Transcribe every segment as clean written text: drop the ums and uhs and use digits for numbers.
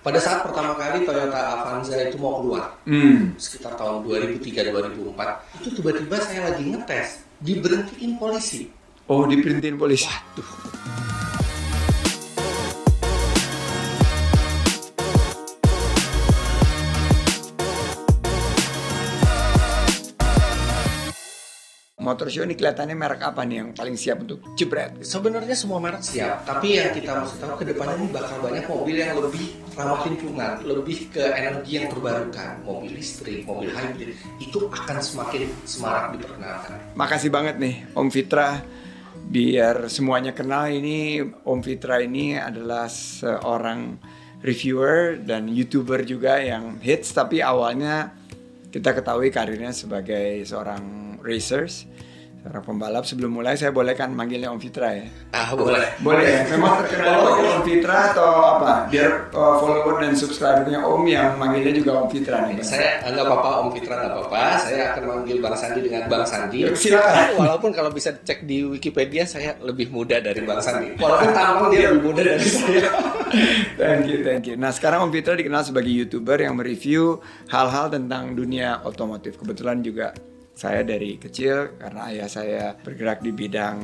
Pada saat pertama kali Toyota Avanza itu mau keluar, sekitar tahun 2003-2004, itu tiba-tiba saya lagi ngetes, diberhentiin polisi. Oh, diberhentiin polisi. Waduh. Motor show ini kelihatannya merek apa nih yang paling siap untuk jebret? Sebenarnya semua merek siap, tapi yang kita mesti tahu ke depannya ini bakal banyak mobil yang lebih ramah lingkungan, lebih ke energi yang terbarukan, mobil listrik, mobil hybrid, itu akan semakin semarak diperkenalkan. Makasih banget nih Om Fitra, biar semuanya kenal ini Om Fitra ini adalah seorang reviewer dan YouTuber juga yang hits, tapi awalnya kita ketahui karirnya sebagai seorang racers, seorang pembalap. Sebelum mulai saya boleh kan manggilnya Om Fitra ya? Boleh. Boleh ya? Memang terkenal Om Fitra atau apa? Biar follower dan subscribernya Om yang manggilnya juga Om Fitra nih. Saya nggak apa-apa, Om Fitra nggak apa-apa. Saya akan manggil Bang Sandi dengan Bang Sandi. Silakan. Walaupun kalau bisa cek di Wikipedia saya lebih muda dari Bang Sandi. Walaupun tampang dia lebih muda dari saya. Thank you. Nah, sekarang Om Fitra dikenal sebagai YouTuber yang mereview hal-hal tentang dunia otomotif. Kebetulan juga saya dari kecil karena ayah saya bergerak di bidang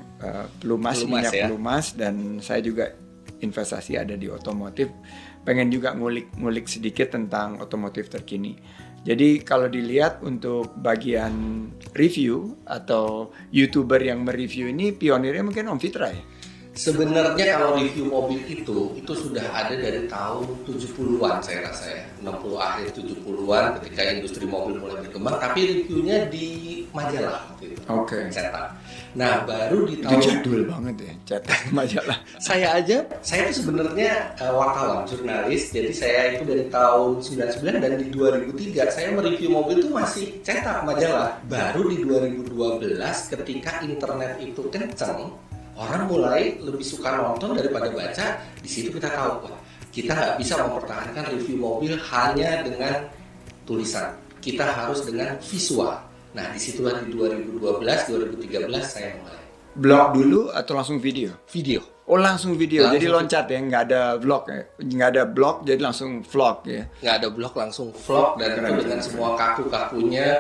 minyak pelumas, dan saya juga investasi ada di otomotif. Pengen juga ngulik sedikit tentang otomotif terkini. Jadi kalau dilihat untuk bagian review atau YouTuber yang mereview ini, pionirnya mungkin Om Fitra ya? Sebenarnya kalau review mobil itu sudah ada dari tahun 70-an saya rasa ya. 60 akhir 70-an ketika industri mobil mulai berkembang, tapi reviewnya di majalah gitu. Oke. Cetak. Nah, baru di Itu tahun jadul banget ya, cetak majalah. saya itu sebenarnya wartawan, jurnalis. Jadi saya itu dari tahun 99 dan di 2003 saya mereview mobil itu masih cetak majalah. Baru di 2012 ketika internet itu kenceng, orang mulai lebih suka nonton daripada baca. Di situ kita tahu, wah, kita nggak bisa mempertahankan review mobil hanya dengan tulisan. Kita harus dengan visual. Nah, disitulah di 2012-2013 saya mulai. Blog dulu atau langsung video? Video. Oh, langsung video, Langsung jadi loncat ya, nggak ada vlog ya? Nggak ada blog, jadi langsung vlog ya? Nggak ada blog, langsung vlog, dan itu dengan semua kaku-kakunya.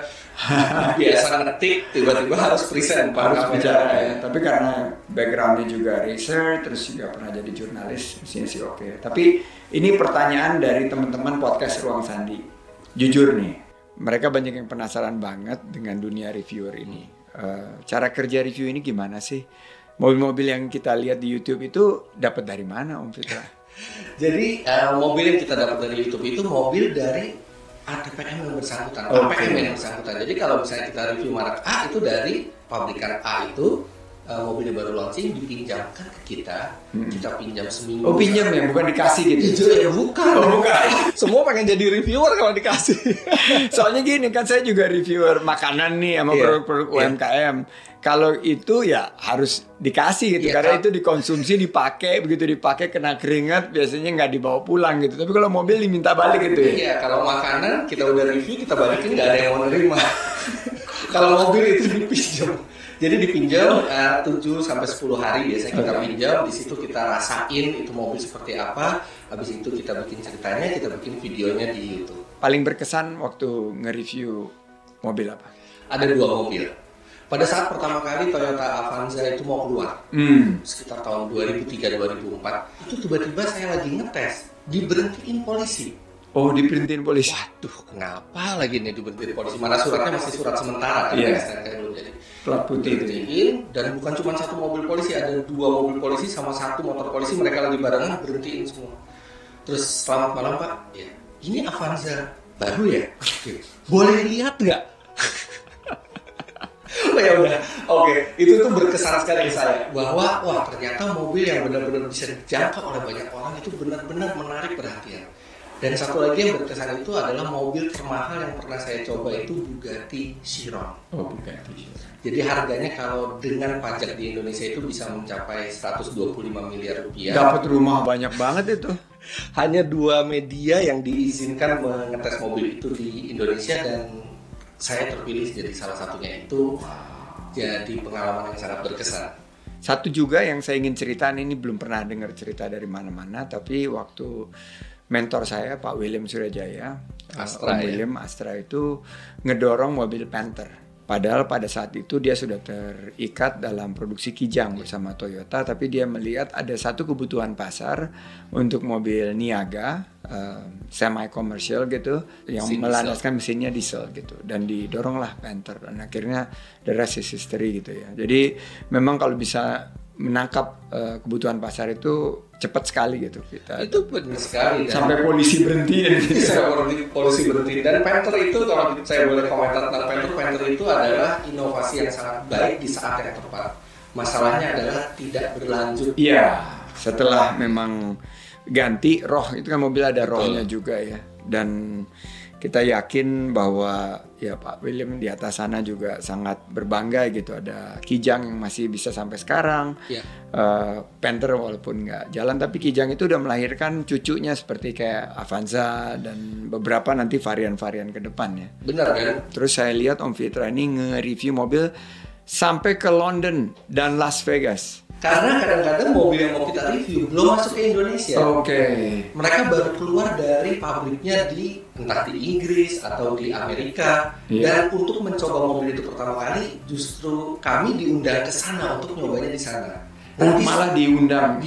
Biasa ngetik, tiba-tiba harus present, harus bicara ya. Tapi karena backgroundnya juga research, terus juga pernah jadi jurnalis, mestinya sih oke. Tapi ini pertanyaan dari teman-teman podcast Ruang Sandi. Jujur nih, mereka banyak yang penasaran banget dengan dunia reviewer ini. Cara kerja review ini gimana sih? Mobil-mobil yang kita lihat di YouTube itu dapat dari mana, Om Fitra? Jadi mobil yang kita dapat dari YouTube itu mobil dari ATPM yang bersangkutan, APM yang bersangkutan. Jadi kalau misalnya kita review merek A itu dari pabrikan A itu, mobilnya baru launching, dipinjamkan ke kita, kita pinjam seminggu. Oh, pinjam ya, bukan dikasih gitu? Ya bukan. Semua pengen jadi reviewer kalau dikasih. Soalnya gini kan, saya juga reviewer makanan nih sama produk-produk UMKM. Kalau itu ya harus dikasih gitu, karena itu dikonsumsi, dipakai, begitu dipakai kena keringat biasanya nggak dibawa pulang gitu. Tapi kalau mobil diminta balik gitu ya. Iya, kalau makanan kita udah review, kita balikin nggak ada yang mau nerima. Kalau mobil itu dipinjam. Jadi dipinjam 7-10 hari biasanya kita pinjam, di situ kita rasain itu mobil seperti apa, habis itu kita bikin ceritanya, kita bikin videonya di YouTube. Paling berkesan waktu nge-review mobil apa? Ada 2 mobil. Pada saat pertama kali Toyota Avanza itu mau keluar, sekitar tahun 2003-2004, itu tiba-tiba saya lagi ngetes, diberhentiin polisi. Oh, diberhentiin polisi. Waduh, kenapa lagi nih diberhentiin polisi? Mana suratnya masih surat sementara kan? Kan belum jadi. Plat putih berhentiin, dan bukan cuma 1 mobil polisi, ada 2 mobil polisi sama 1 motor polisi, mereka lagi barengan berhentiin semua. Terus, selamat malam Pak, ya, ini Avanza baru ya? Boleh lihat nggak? Oh ya udah, oke. Itu tuh berkesan sekali saya bahwa wah ternyata mobil yang benar-benar bisa dijangkau oleh banyak orang itu benar-benar menarik perhatian. Dan satu lagi yang berkesan itu adalah mobil termahal yang pernah saya coba itu Bugatti Chiron. Oh, Bugatti Chiron. Jadi harganya kalau dengan pajak di Indonesia itu bisa mencapai 125 miliar rupiah. Dapat rumah banyak banget itu. Hanya 2 media yang diizinkan mengetes mobil itu di Indonesia, dan saya terpilih jadi salah satunya. Itu jadi pengalaman yang sangat berkesan. Satu juga yang saya ingin ceritain, ini belum pernah dengar cerita dari mana-mana, tapi waktu mentor saya Pak William Suryajaya, Astra, Om William Astra itu ngedorong mobil Panther. Padahal pada saat itu dia sudah terikat dalam produksi Kijang bersama Toyota, tapi dia melihat ada satu kebutuhan pasar untuk mobil Niaga semi komersial gitu yang melandaskan mesinnya diesel gitu, dan didoronglah Panther, dan akhirnya the rest is history gitu ya. Jadi memang kalau bisa menangkap kebutuhan pasar itu cepat sekali gitu kita. Itu benar sekali. Sampai polisi berhentiin. Sampai polisi berhenti. Dan Panther itu, kalau saya boleh komentar tentang Panther itu adalah inovasi yang sangat baik di saat yang tepat. Masalahnya adalah tidak berlanjut. Iya, setelah memang ganti roh, itu kan mobil ada rohnya juga ya. Dan kita yakin bahwa ya Pak William di atas sana juga sangat berbangga gitu, ada Kijang yang masih bisa sampai sekarang. Panther walaupun nggak jalan, tapi Kijang itu udah melahirkan cucunya seperti kayak Avanza dan beberapa nanti varian-varian ke depannya. Benar kan? Terus saya lihat Om Fitra ini nge-review mobil sampai ke London dan Las Vegas. Karena kadang-kadang mobil yang mau kita review belum masuk ke Indonesia. Mereka baru keluar dari pabriknya di entah di Inggris atau di Amerika. Dan untuk mencoba mobil itu pertama kali, justru kami diundang ke sana untuk nyobanya di sana. Nanti malah diundang.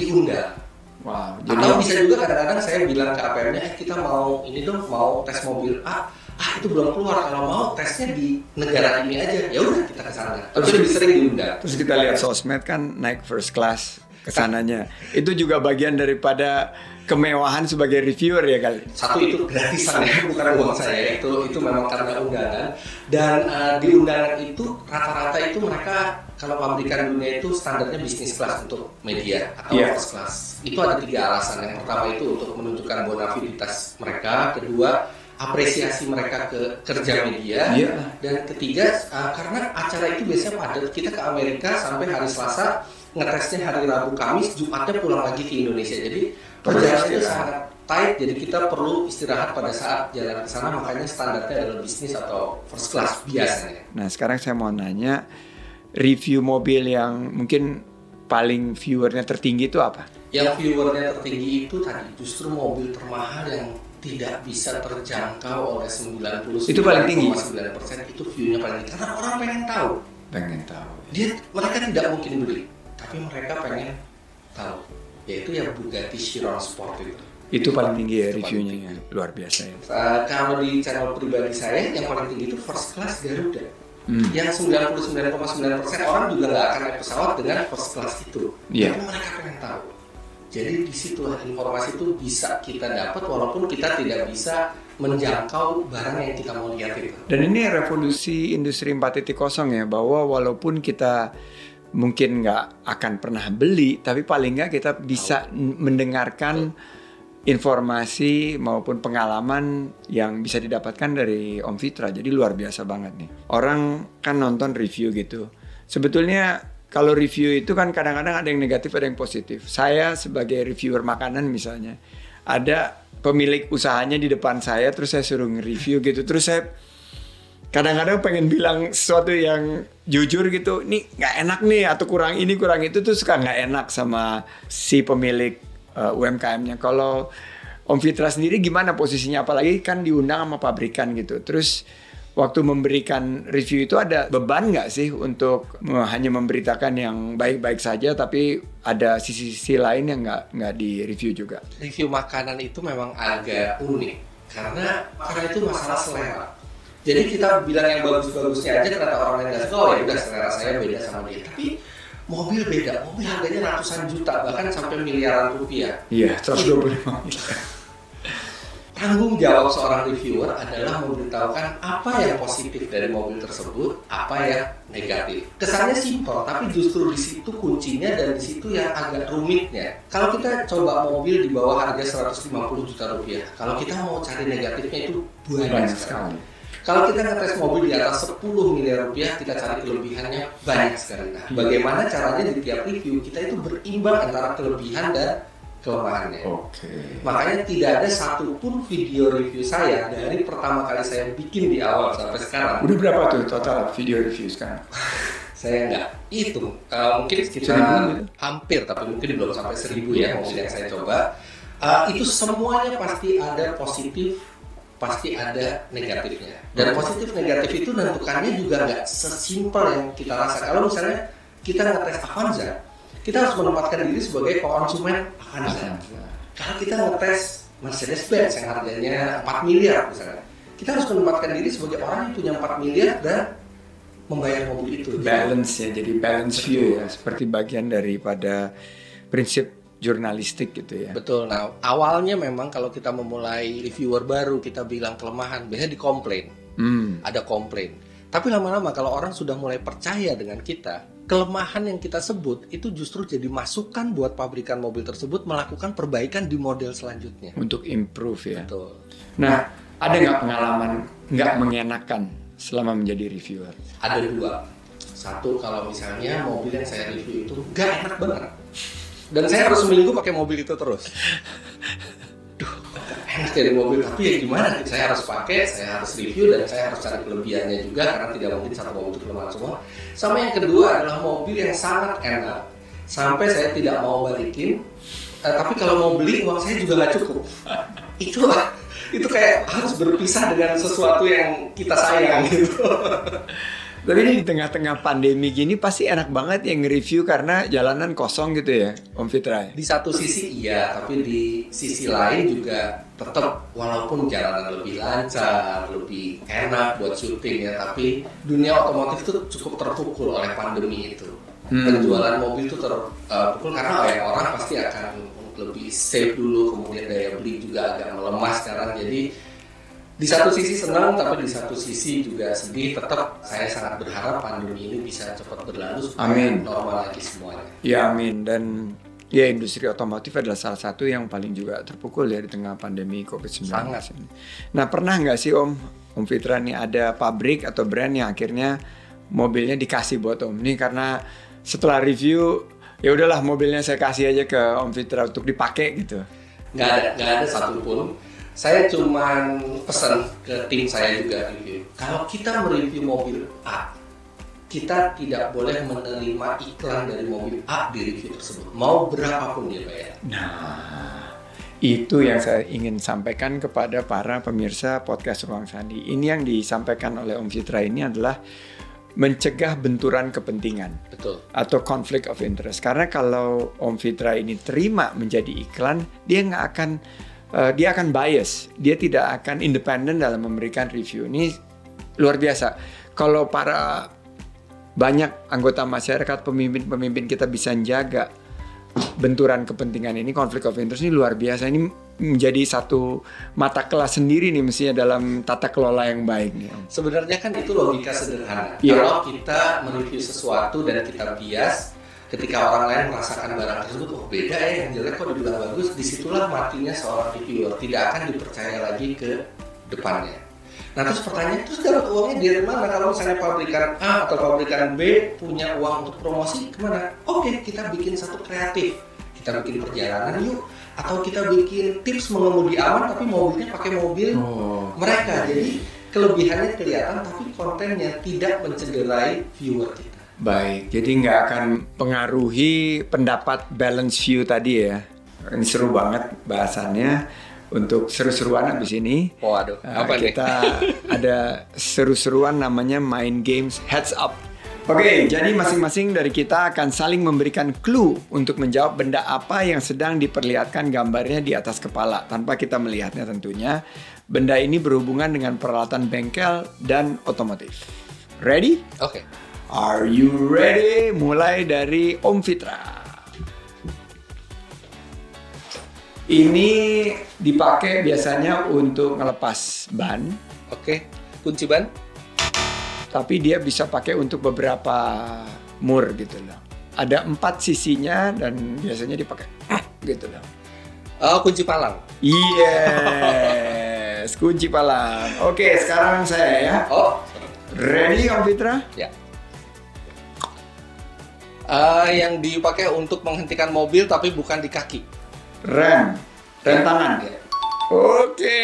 Wow. Atau bisa juga kadang-kadang saya bilang ke APM-nya, kita mau ini dong, mau tes mobil A. Itu belum keluar, kalau mau tesnya di negara ini aja, ya udah kita ke sana. Terus lebih sering diundang. Terus kita lihat sosmed kan naik first class kesananya. Itu juga bagian daripada kemewahan sebagai reviewer ya kali. Satu itu gratisan ya, bukan uang saya. Itu memang karena undangan. Dan di undangan itu rata-rata itu mereka kalau pabrikan dunia itu standarnya bisnis class untuk media atau first class. Itu ada 3 alasan. Yang pertama itu untuk menunjukkan bonaviditas mereka. Kedua, apresiasi mereka ke kerja media, dan ketiga karena acara itu biasanya padat. Kita ke Amerika sampai hari Selasa, ngetesnya hari Rabu Kamis, Jumatnya pulang lagi ke Indonesia. Jadi perjalanannya sangat tight, jadi kita perlu istirahat pada saat jalan ke sana. Makanya standarnya adalah bisnis atau first class biasanya. Nah sekarang saya mau nanya, review mobil yang mungkin paling viewernya tertinggi itu apa? Yang viewernya tertinggi itu tadi justru mobil termahal yang tidak bisa terjangkau oleh 99,9% itu paling tinggi. Itu view-nya paling tinggi karena orang pengen tahu. Mereka tidak mungkin beli, tapi mereka pengen tahu. Yaitu yang Bugatti Chiron Sport itu. Itu paling tinggi ya reviewnya, ya. Luar biasa ya. Kalau di channel pribadi saya yang paling tinggi itu first class Garuda. Yang 99,9% orang juga nggak akan naik pesawat dengan first class itu. Tapi mereka pengen tahu. Jadi disitulah informasi itu bisa kita dapat walaupun kita tidak bisa menjangkau barang yang kita mau lihat itu. Dan ini revolusi industri 4.0 ya, bahwa walaupun kita mungkin nggak akan pernah beli, tapi paling nggak kita bisa mendengarkan informasi maupun pengalaman yang bisa didapatkan dari Om Fitra. Jadi luar biasa banget nih. Orang kan nonton review gitu. Sebetulnya kalau review itu kan kadang-kadang ada yang negatif, ada yang positif. Saya sebagai reviewer makanan misalnya, ada pemilik usahanya di depan saya, terus saya suruh nge-review gitu. Terus saya kadang-kadang pengen bilang sesuatu yang jujur gitu, nih nggak enak nih, atau kurang ini, kurang itu, tuh suka nggak enak sama si pemilik UMKM-nya. Kalau Om Fitra sendiri gimana posisinya? Apalagi kan diundang sama pabrikan gitu. Terus waktu memberikan review itu ada beban nggak sih untuk hanya memberitakan yang baik-baik saja, tapi ada sisi-sisi lain yang nggak di review juga? Review makanan itu memang agak unik karena itu masalah selera. Jadi kita bilang yang bagus-bagusnya aja, ternyata orang lain nggak suka, oh ya udah selera saya beda sama dia. Tapi mobil beda, mobil harganya ratusan juta bahkan sampai miliaran rupiah. Iya, 125 miliar. Tanggung jawab seorang reviewer adalah memberitahukan apa yang positif dari mobil tersebut, apa yang negatif. Kesannya simpel, tapi justru di situ kuncinya dan di situ yang agak rumitnya. Kalau kita coba mobil di bawah harga 150 juta rupiah, kalau kita mau cari negatifnya itu banyak sekali. Kalau kita ngetes mobil di atas 10 miliar rupiah, kita cari kelebihannya banyak sekali. Nah, bagaimana caranya di tiap review kita itu berimbang antara kelebihan dan kelemahannya. Makanya tidak ada satupun video review saya dari pertama kali saya bikin di awal sampai sekarang. Udah berapa tuh total video review sekarang? Saya nggak hitung, mungkin sekitar hampir, tapi mungkin belum sampai 1000 ya mobil yang saya coba. Itu semuanya pasti ada positif, pasti ada negatifnya. Dan positif negatif itu menentukannya juga nggak sesimpel yang kita rasa. Kalau misalnya kita ngetes Avanza, kita harus menempatkan diri sebagai konsumen Avanza. Kalau kita ngetes Mercedes-Benz yang harganya 4 miliar misalnya, kita harus menempatkan diri sebagai orang yang punya 4 miliar dan membayar mobil itu. Balance ya, jadi balance view ya, seperti bagian daripada prinsip jurnalistik gitu ya. Betul. Nah, awalnya memang kalau kita memulai reviewer baru, kita bilang kelemahan, biasanya dikomplain. Ada komplain. Tapi lama-lama kalau orang sudah mulai percaya dengan kita, kelemahan yang kita sebut itu justru jadi masukan buat pabrikan mobil tersebut melakukan perbaikan di model selanjutnya. Untuk improve ya. Betul. Nah, ada nggak pengalaman nggak mengenakan selama menjadi reviewer? Ada 2. Satu, kalau misalnya mobil yang saya review itu nggak enak banget. Dan saya harus seminggu pakai mobil itu terus. Duh, enak dari mobil, tapi ya gimana? Saya harus pakai, saya harus review, dan saya harus cari kelebihannya juga karena tidak mungkin satu mobil itu kelemahan semua. Sama yang kedua adalah mobil yang sangat enak sampai saya tidak mau balikin. Tapi kalau mau beli uang saya juga nggak cukup. Itu kayak harus berpisah dengan sesuatu yang kita sayang gitu. Tapi ini di tengah-tengah pandemi gini pasti enak banget ya nge-review karena jalanan kosong gitu ya, Om Fitra. Di satu sisi iya, tapi di sisi lain juga tetap walaupun jalanan lebih lancar, lebih enak buat syuting ya, tapi dunia otomotif itu cukup terpukul oleh pandemi itu. Penjualan mobil itu terpukul karena banyak orang pasti akan lebih safe dulu, kemudian daya beli juga agak melemah sekarang. Jadi di satu sisi senang, tapi di satu sisi juga sedih. Tetap saya sangat berharap pandemi ini bisa cepat berlalu supaya normal lagi semuanya. Ya amin. Dan ya industri otomotif adalah salah satu yang paling juga terpukul ya di tengah pandemi COVID-19 ini. Nah, pernah nggak sih Om Fitra nih ada pabrik atau brand yang akhirnya mobilnya dikasih buat Om nih karena setelah review ya udahlah mobilnya saya kasih aja ke Om Fitra untuk dipakai gitu? Nggak ada satupun. Saya cuman pesan ke tim saya juga review. Kalau kita mereview mobil A, kita tidak boleh menerima iklan dari mobil A di review tersebut. Mau berapapun dia bayar. Nah, itu yang saya ingin sampaikan kepada para pemirsa podcast Ruang Sandi. Ini yang disampaikan oleh Om Fitra ini adalah mencegah benturan kepentingan. Betul. Atau conflict of interest. Karena kalau Om Fitra ini terima menjadi iklan, dia akan bias, dia tidak akan independen dalam memberikan review. Ini luar biasa. Kalau para banyak anggota masyarakat, pemimpin kita bisa menjaga benturan kepentingan ini, konflik of interest ini luar biasa. Ini menjadi satu mata kelas sendiri nih mestinya dalam tata kelola yang baik nih. Sebenarnya kan itu logika sederhana. Yeah. Kalau kita mereview sesuatu dan kita bias, ketika orang lain merasakan barang tersebut, oh beda ya, yang jelek kok dibilang bagus, disitulah matinya seorang reviewer, tidak akan dipercaya lagi ke depannya. Nah terus pertanyaan, terus dapat uangnya dari mana? Kalau misalnya pabrikan A atau pabrikan B punya uang untuk promosi, kemana? Oke, kita bikin satu kreatif, kita bikin perjalanan yuk, atau kita bikin tips mengemudi aman tapi mobilnya pakai mobil mereka. Jadi kelebihannya kelihatan tapi kontennya tidak mencederai viewer kita. Baik, jadi nggak akan pengaruhi pendapat balance view tadi ya. Ini seru banget bahasannya. Untuk seru-seruan abis ini, Waduh, apa kita ada seru-seruan namanya main games heads up. Oke, jadi masing-masing dari kita akan saling memberikan clue untuk menjawab benda apa yang sedang diperlihatkan gambarnya di atas kepala tanpa kita melihatnya tentunya. Benda ini berhubungan dengan peralatan bengkel dan otomotif. Ready? Oke. Are you ready? Mulai dari Om Fitra. Ini dipakai biasanya untuk ngelepas ban. Oke. Kunci ban? Tapi dia bisa pakai untuk beberapa mur gitu loh. Ada 4 sisinya dan biasanya dipakai gitu loh. Oh, kunci palang. Yes, kunci palang. Oke, sekarang saya ya. Oh, ready Om Fitra? ya. Yang dipakai untuk menghentikan mobil tapi bukan di kaki. Rem tangan. Oke.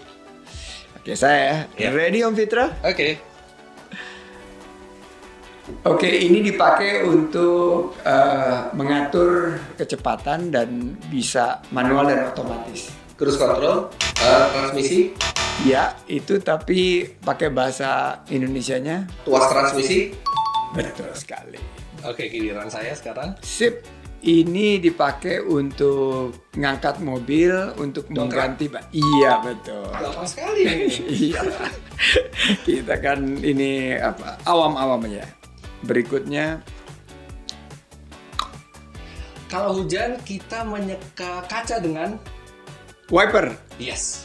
Oke, saya Ya. ready Om Fitra? Oke. Oke, ini dipakai untuk mengatur kecepatan dan bisa manual dan otomatis. Cruise control, transmisi, Ya, itu tapi pakai bahasa Indonesianya. tuas transmisi. Betul sekali. Oke, giliran saya sekarang. Sip. Ini dipakai untuk ngangkat mobil, untuk mengganti ban. Iya, betul. Gampang sekali ya ini. Iya. Kita kan ini apa? Awam-awam aja. Berikutnya, Kalau hujan kita menyeka kaca dengan wiper. yes.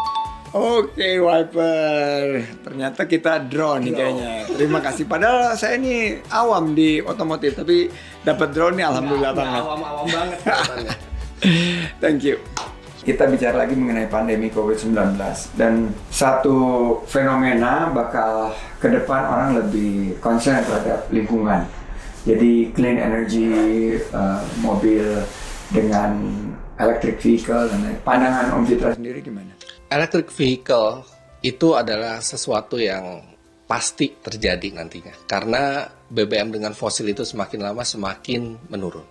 Oke, wiper. Ternyata kita drone nih kayaknya. Terima kasih. Padahal saya ini awam di otomotif, tapi dapat drone nih alhamdulillah banget. Awam-awam banget kelihatannya. Thank you. Kita bicara lagi mengenai pandemi COVID-19 dan satu fenomena bakal ke depan orang lebih concern terhadap lingkungan. Jadi clean energy, mobil dengan electric vehicle dan lain. Pandangan Om Fitra sendiri gimana? Electric vehicle itu adalah sesuatu yang pasti terjadi nantinya. Karena BBM dengan fosil itu semakin lama semakin menurun.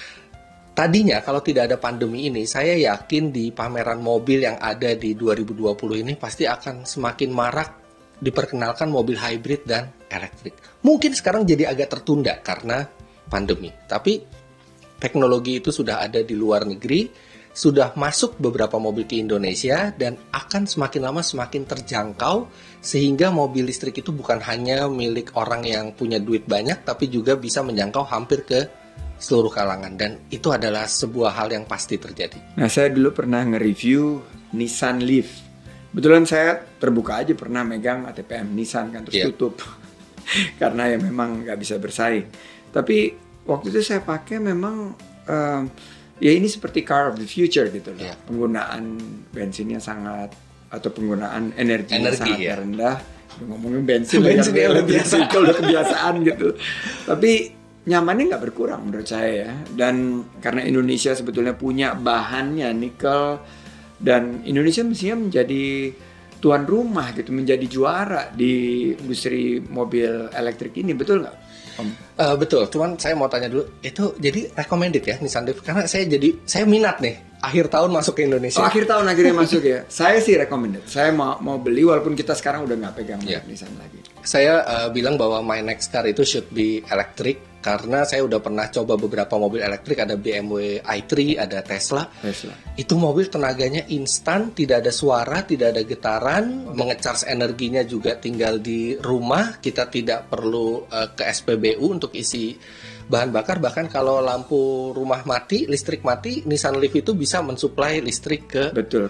Tadinya kalau tidak ada pandemi ini, saya yakin di pameran mobil yang ada di 2020 ini pasti akan semakin marak diperkenalkan mobil hybrid dan elektrik. Mungkin sekarang jadi agak tertunda karena pandemi. Tapi teknologi itu sudah ada di luar negeri, sudah masuk beberapa mobil ke Indonesia dan akan semakin lama semakin terjangkau sehingga mobil listrik itu bukan hanya milik orang yang punya duit banyak tapi juga bisa menjangkau hampir ke seluruh kalangan dan itu adalah sebuah hal yang pasti terjadi. Nah, saya dulu pernah nge-review Nissan Leaf. Kebetulan saya terbuka aja pernah megang ATPM Nissan kan terus tutup karena ya memang nggak bisa bersaing. Tapi waktu itu saya pakai memang ya ini seperti car of the future gitu loh. Penggunaan bensinnya sangat atau penggunaan energinya sangat rendah. Ngomongin bensin lebih biasa, udah kebiasaan gitu. Tapi nyamannya nggak berkurang menurut saya ya. Dan karena Indonesia sebetulnya punya bahannya nikel dan Indonesia mestinya menjadi tuan rumah gitu, menjadi juara di industri mobil elektrik ini, betul nggak? Betul, cuman saya mau tanya dulu, itu jadi recommended ya Nissan Leaf? Karena saya minat nih, akhir tahun masuk ke Indonesia. Oh, akhir tahun akhirnya masuk ya? Saya sih recommended, saya mau beli walaupun kita sekarang udah nggak pegang Nissan lagi. Saya bilang bahwa my next car itu should be electric, karena saya udah pernah coba beberapa mobil elektrik, ada BMW i3, ada Tesla. Itu mobil tenaganya instan, tidak ada suara, tidak ada getaran, mengecharge energinya juga tinggal di rumah, kita tidak perlu ke SPBU untuk isi bahan bakar, bahkan kalau lampu rumah mati, listrik mati, Nissan Leaf itu bisa mensuplai listrik ke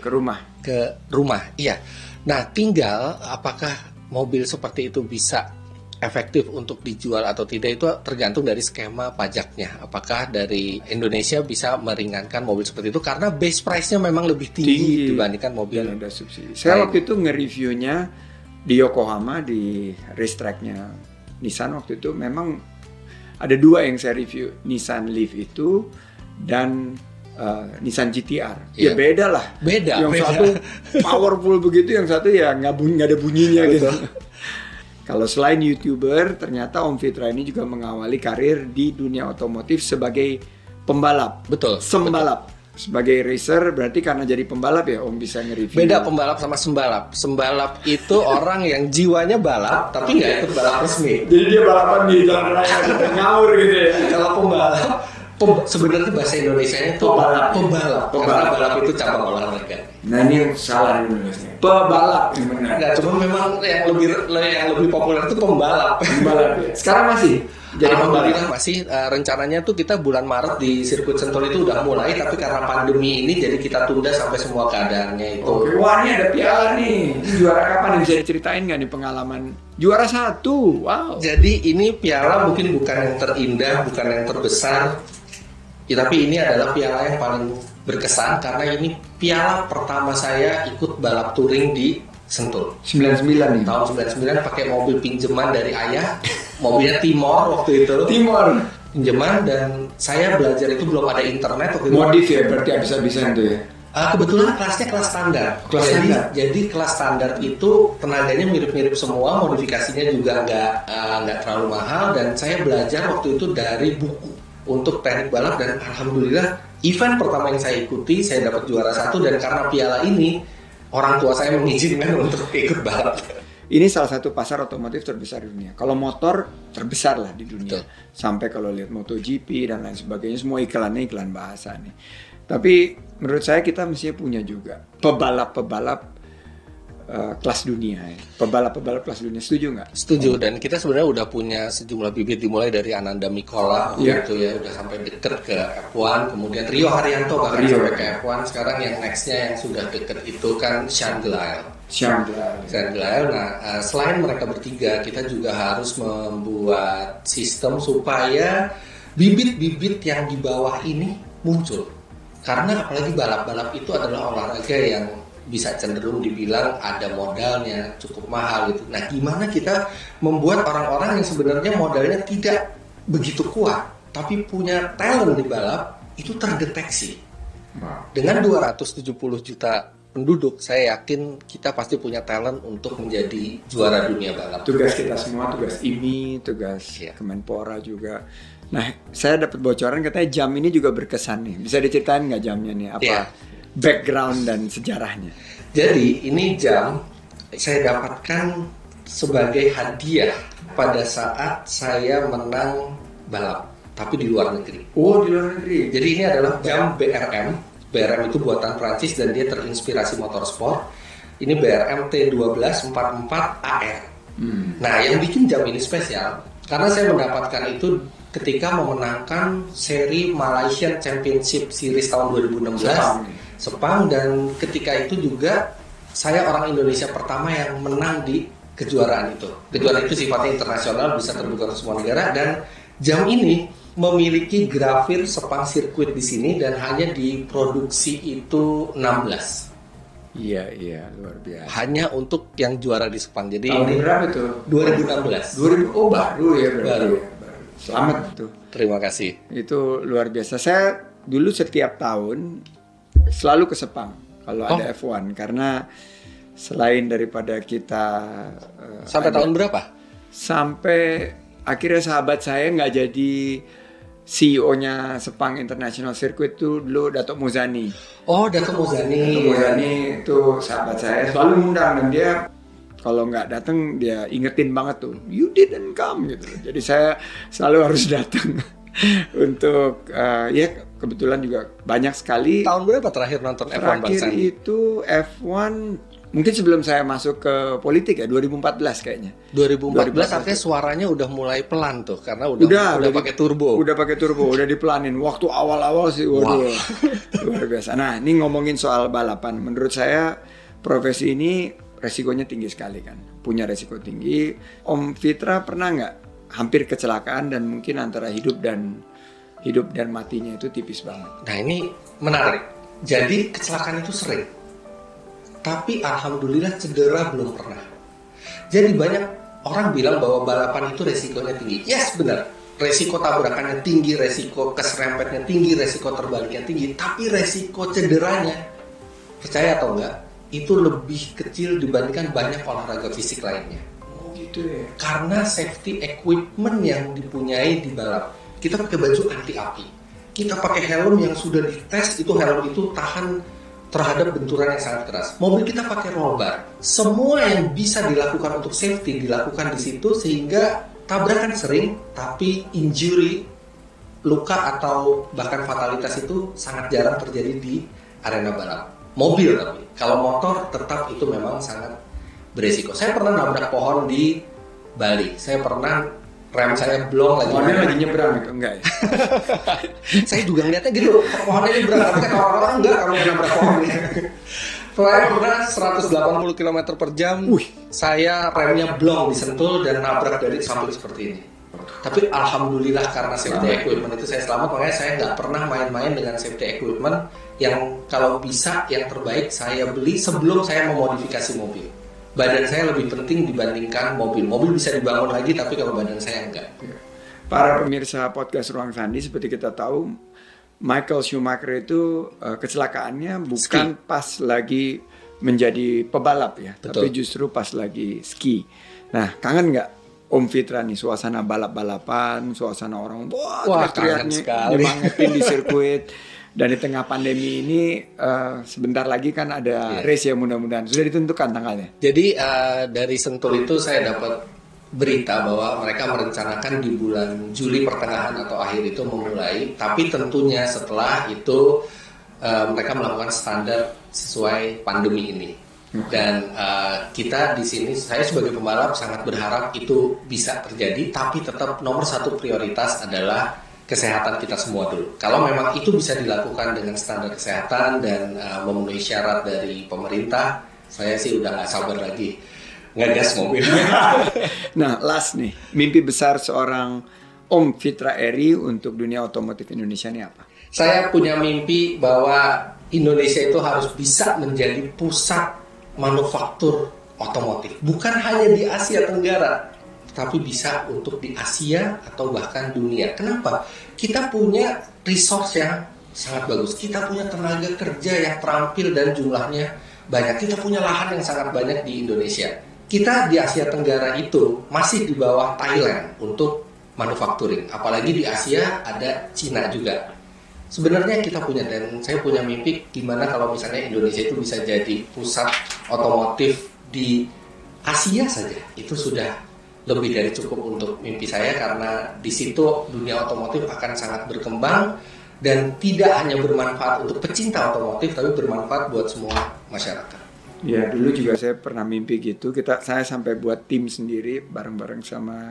rumah. Iya. Nah, tinggal apakah mobil seperti itu bisa efektif untuk dijual atau tidak itu tergantung dari skema pajaknya. Apakah dari Indonesia bisa meringankan mobil seperti itu karena base price-nya memang lebih tinggi dibandingkan mobil yang ada subsidi. Saya waktu itu nge-reviewnya di Yokohama di racetrack-nya Nissan waktu itu memang ada dua yang saya review, Nissan Leaf itu dan Nissan GT-R. Ya beda lah. Yang satu powerful begitu, yang satu ya nggak ada bunyinya gitu. Kalau selain YouTuber, ternyata Om Fitra ini juga mengawali karir di dunia otomotif sebagai pembalap. Betul. Sembalap. Sebagai racer, berarti karena jadi pembalap ya Om bisa nge-review. Beda pembalap sama sembalap. Sembalap itu orang yang jiwanya balap, tapi nggak ikut balap resmi. Jadi dia balapan di jalan raya, ngawur gitu ya. Kalau pembalap, sebenarnya bahasa Indonesianya itu pembalap. Karena balap itu cabang olahraga. Nah ini yang salah di Indonesia. Pebalap yang benar. Nggak, cuma memang yang lebih populer itu pembalap. Sekarang masih jadi pembalap. Masih rencananya tuh kita bulan Maret di sirkuit Sentul itu udah mulai, tapi karena pandemi ini jadi kita tunda sampai semua keadaannya itu. Oke, wah ini ada piala nih. Juara kapan nih, bisa diceritain nggak nih pengalaman? Juara 1, wow. Jadi ini piala mungkin bukan yang terindah, bukan yang terbesar. Ya, tapi ini adalah piala yang paling berkesan karena ini piala pertama saya ikut balap touring di Sentul. 99 nih. Tahun 99 pakai mobil pinjaman dari ayah. Mobilnya Timor waktu itu. Pinjaman, dan saya belajar itu belum ada internet waktu itu. Modif ya berarti habis-habisan tuh ya. Kebetulan kelasnya kelas standar. Jadi kelas standar itu tenaganya mirip-mirip semua, modifikasinya juga nggak terlalu mahal, dan saya belajar waktu itu dari buku untuk teknik balap, dan alhamdulillah event pertama yang saya ikuti saya dapat juara 1, dan karena piala ini orang tua saya mengizinkan untuk ikut balap. Ini salah satu pasar otomotif terbesar di dunia. Kalau motor terbesar lah di dunia. Betul. Sampai kalau lihat MotoGP dan lain sebagainya, semua iklannya iklan bahasa nih. Tapi menurut saya kita mestinya punya juga pebalap-pebalap kelas dunia ya. Pebalap-pebalap kelas dunia, setuju nggak? Setuju, dan kita sebenarnya udah punya sejumlah bibit, dimulai dari Ananda Mikola gitu ya, udah sampai deket ke F1, kemudian Rio Haryanto bahkan sampai ke F1. Sekarang yang nextnya yang sudah deket itu kan Sean Glyle. Nah, selain mereka bertiga, kita juga harus membuat sistem supaya bibit-bibit yang di bawah ini muncul. Karena apalagi balap-balap itu adalah olahraga yang bisa cenderung dibilang ada modalnya cukup mahal gitu. Nah, gimana kita membuat orang-orang yang sebenarnya modalnya tidak begitu kuat tapi punya talent di balap itu terdeteksi. Dengan 270 juta penduduk, saya yakin kita pasti punya talent untuk menjadi juara dunia balap. Tugas kita semua, tugas IMI, tugas Kemenpora juga. Nah, saya dapat bocoran katanya jam ini juga berkesan nih. Bisa diceritain nggak jamnya nih? Apa background dan sejarahnya? Jadi ini jam saya dapatkan sebagai hadiah pada saat saya menang balap, tapi di luar negeri. Oh, di luar negeri. Jadi ini adalah jam BRM. BRM itu buatan Prancis dan dia terinspirasi motorsport. Ini BRM T1244AR. Nah, yang bikin jam ini spesial karena saya mendapatkan itu ketika memenangkan seri Malaysian Championship Series tahun 2016. Sepang, dan ketika itu juga saya orang Indonesia pertama yang menang di kejuaraan itu. Kejuaraan itu sifatnya internasional, bisa terbuka untuk semua negara, dan jam ini memiliki grafir Sepang sirkuit di sini dan hanya diproduksi itu 16. Iya, luar biasa. Hanya untuk yang juara di Sepang. Jadi tahun ini berapa itu? 2016. 2000, oh baru ya berarti. Baru. Selamat itu. Terima kasih. Itu luar biasa. Saya dulu setiap tahun selalu ke Sepang kalau ada F1, karena selain daripada kita sampai tahun berapa? Sampai akhirnya sahabat saya nggak jadi CEO-nya Sepang International Circuit itu dulu Dato' Muzani. Oh, Dato' Muzani itu sahabat saya, selalu ngundang, dan dia kalau nggak datang dia ingetin banget tuh, you didn't come gitu. Jadi saya selalu harus datang untuk ya kebetulan juga banyak sekali. Tahun berapa terakhir nonton F1 Bang Sandi? Terakhir itu F1 mungkin sebelum saya masuk ke politik ya, 2014 kayaknya. 2014 artinya suaranya udah mulai pelan tuh karena udah pakai turbo. Udah pakai turbo, udah dipelanin. Waktu awal-awal sih waduh. Luar biasa. Nah, ini ngomongin soal balapan. Menurut saya profesi ini resikonya tinggi sekali kan. Punya resiko tinggi. Om Fitra pernah nggak hampir kecelakaan dan mungkin antara hidup dan matinya itu tipis banget. Nah, ini menarik. Jadi kecelakaan itu sering. Tapi alhamdulillah cedera belum pernah. Jadi banyak orang bilang bahwa balapan itu resikonya tinggi. Yes, benar. Resiko tabrakannya tinggi, resiko keserempetnya tinggi, resiko terbaliknya tinggi. Tapi resiko cederanya, percaya atau enggak, itu lebih kecil dibandingkan banyak olahraga fisik lainnya. Oh gitu ya. Karena safety equipment yang dipunyai di balap. Kita pakai baju anti api. Kita pakai helm yang sudah dites, itu helm itu tahan terhadap benturan yang sangat keras. Mobil kita pakai roll bar. Semua yang bisa dilakukan untuk safety dilakukan di situ, sehingga tabrakan sering, tapi injury, luka atau bahkan fatalitas itu sangat jarang terjadi di arena balap. Mobil tapi, kalau motor tetap itu memang sangat beresiko. Saya pernah nabrak pohon di Bali. Saya pernah rem saya blong lagi. Pohonnya lagi nyebrang gitu, enggak ya? Saya juga ngeliatnya gitu, pohonnya nyebrang, tapi kan orang-orang enggak kalau nabrak pohon. Saya pernah 180 km per jam, saya remnya blong disentul dan nabrak dari samping seperti ini. Tapi alhamdulillah karena safety equipment itu saya selamat, makanya saya nggak pernah main-main dengan safety equipment. Yang kalau bisa yang terbaik saya beli sebelum saya memodifikasi mobil. Badan saya lebih penting dibandingkan mobil. Mobil bisa dibangun lagi, tapi kalau badan saya enggak. Para pemirsa podcast Ruang Sandi, seperti kita tahu, Michael Schumacher itu kecelakaannya bukan pas lagi menjadi pebalap ya, Betul. tapi justru pas lagi ski. Nah, kangen nggak Om Fitra nih suasana balap-balapan, suasana orang Wah, kangen teriak-teriaknya, sekali. nyemangatin di sirkuit. Dan di tengah pandemi ini sebentar lagi kan ada race ya, mudah-mudahan sudah ditentukan tanggalnya. Jadi dari Sentul itu saya dapat berita bahwa mereka merencanakan di bulan Juli pertengahan atau akhir itu memulai, tapi tentunya setelah itu mereka melakukan standar sesuai pandemi ini. Dan kita di sini, saya sebagai pembalap sangat berharap itu bisa terjadi, tapi tetap nomor satu prioritas adalah kesehatan kita semua dulu. Kalau memang itu bisa dilakukan dengan standar kesehatan dan memenuhi syarat dari pemerintah, saya sih udah nggak sabar lagi ngegas mobil. Nah, last nih, mimpi besar seorang Om Fitra Eri untuk dunia otomotif Indonesia ini apa? Saya punya mimpi bahwa Indonesia itu harus bisa menjadi pusat manufaktur otomotif. Bukan hanya di Asia Tenggara, tapi bisa untuk di Asia atau bahkan dunia. Kenapa? Kita punya resource yang sangat bagus. Kita punya tenaga kerja yang terampil dan jumlahnya banyak. Kita punya lahan yang sangat banyak di Indonesia. Kita di Asia Tenggara itu masih di bawah Thailand untuk manufacturing. Apalagi di Asia ada Cina juga. Sebenarnya kita punya, dan saya punya mimpi gimana kalau misalnya Indonesia itu bisa jadi pusat otomotif di Asia saja. Itu sudah lebih dari cukup untuk mimpi saya, karena di situ dunia otomotif akan sangat berkembang dan tidak hanya bermanfaat untuk pecinta otomotif, tapi bermanfaat buat semua masyarakat. Ya, dulu juga saya pernah mimpi gitu. Saya sampai buat tim sendiri bareng-bareng sama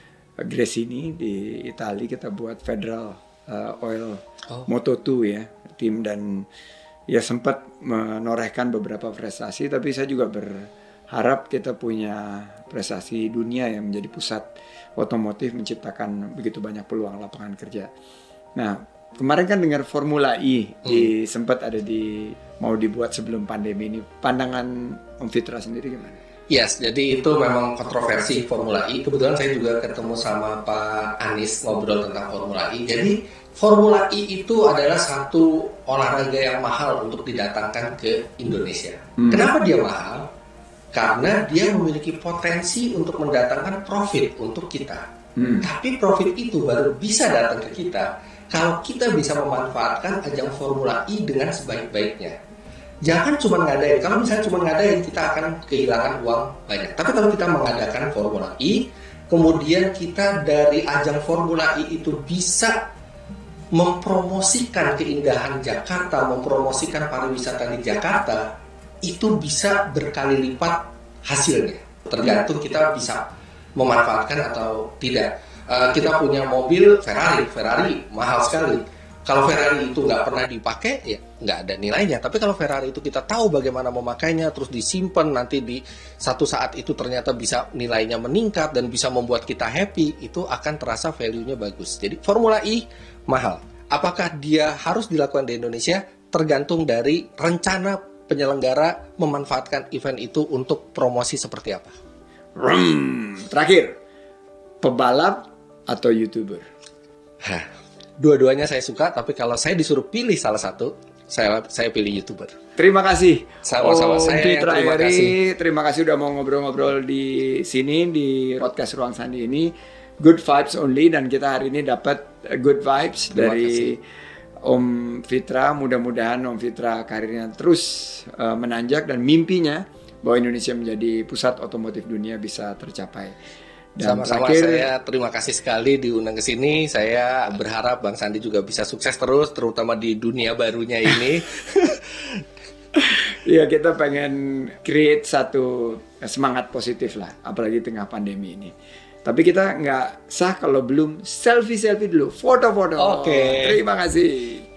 Gresini di Italia. Kita buat Federal Oil Moto2 ya, tim, dan ya sempat menorehkan beberapa prestasi. Tapi saya juga berharap kita punya prestasi dunia yang menjadi pusat otomotif, menciptakan begitu banyak peluang lapangan kerja. Nah, kemarin kan dengar Formula E sempat ada mau dibuat sebelum pandemi ini. Pandangan Om Fitra sendiri gimana? Yes, jadi itu memang kontroversi Formula E. Kebetulan saya juga ketemu sama Pak Anies ngobrol tentang Formula E. Jadi Formula E itu adalah satu olahraga yang mahal untuk didatangkan ke Indonesia. Kenapa dia mahal? Karena dia memiliki potensi untuk mendatangkan profit untuk kita. Tapi profit itu baru bisa datang ke kita kalau kita bisa memanfaatkan ajang Formula E dengan sebaik-baiknya. Jangan cuma ngadain. Kalau misalnya cuma ngadain, kita akan kehilangan uang banyak. Tapi kalau kita mengadakan Formula E, kemudian kita dari ajang Formula E itu bisa mempromosikan keindahan Jakarta, mempromosikan pariwisata di Jakarta, itu bisa berkali lipat hasilnya. Tergantung kita bisa memanfaatkan atau tidak. Kita punya mobil Ferrari mahal sekali. Kalau Ferrari itu nggak pernah dipakai, ya nggak ada nilainya. Tapi kalau Ferrari itu kita tahu bagaimana memakainya, terus disimpan, nanti di satu saat itu ternyata bisa nilainya meningkat dan bisa membuat kita happy, itu akan terasa value-nya bagus. Jadi Formula E mahal. Apakah dia harus dilakukan di Indonesia? Tergantung dari rencana penyelenggara memanfaatkan event itu untuk promosi seperti apa. Terakhir, pebalap atau YouTuber? Dua-duanya saya suka, tapi kalau saya disuruh pilih salah satu, saya pilih YouTuber. Terima kasih. Sama-sama, saya Fitra terima Eri, kasih. terima kasih udah mau ngobrol-ngobrol di sini di podcast Ruang Sandi ini. Good vibes only, dan kita hari ini dapat good vibes dari Om Fitra. Mudah-mudahan Om Fitra karirnya terus menanjak dan mimpinya bahwa Indonesia menjadi pusat otomotif dunia bisa tercapai. Dan Sama-sama, terakhir, saya terima kasih sekali diundang ke sini. Saya berharap Bang Sandi juga bisa sukses terus, terutama di dunia barunya ini. ya kita pengen create satu semangat positif lah, apalagi tengah pandemi ini. Tapi kita nggak sah kalau belum selfie dulu, foto-foto. Oke. Terima kasih.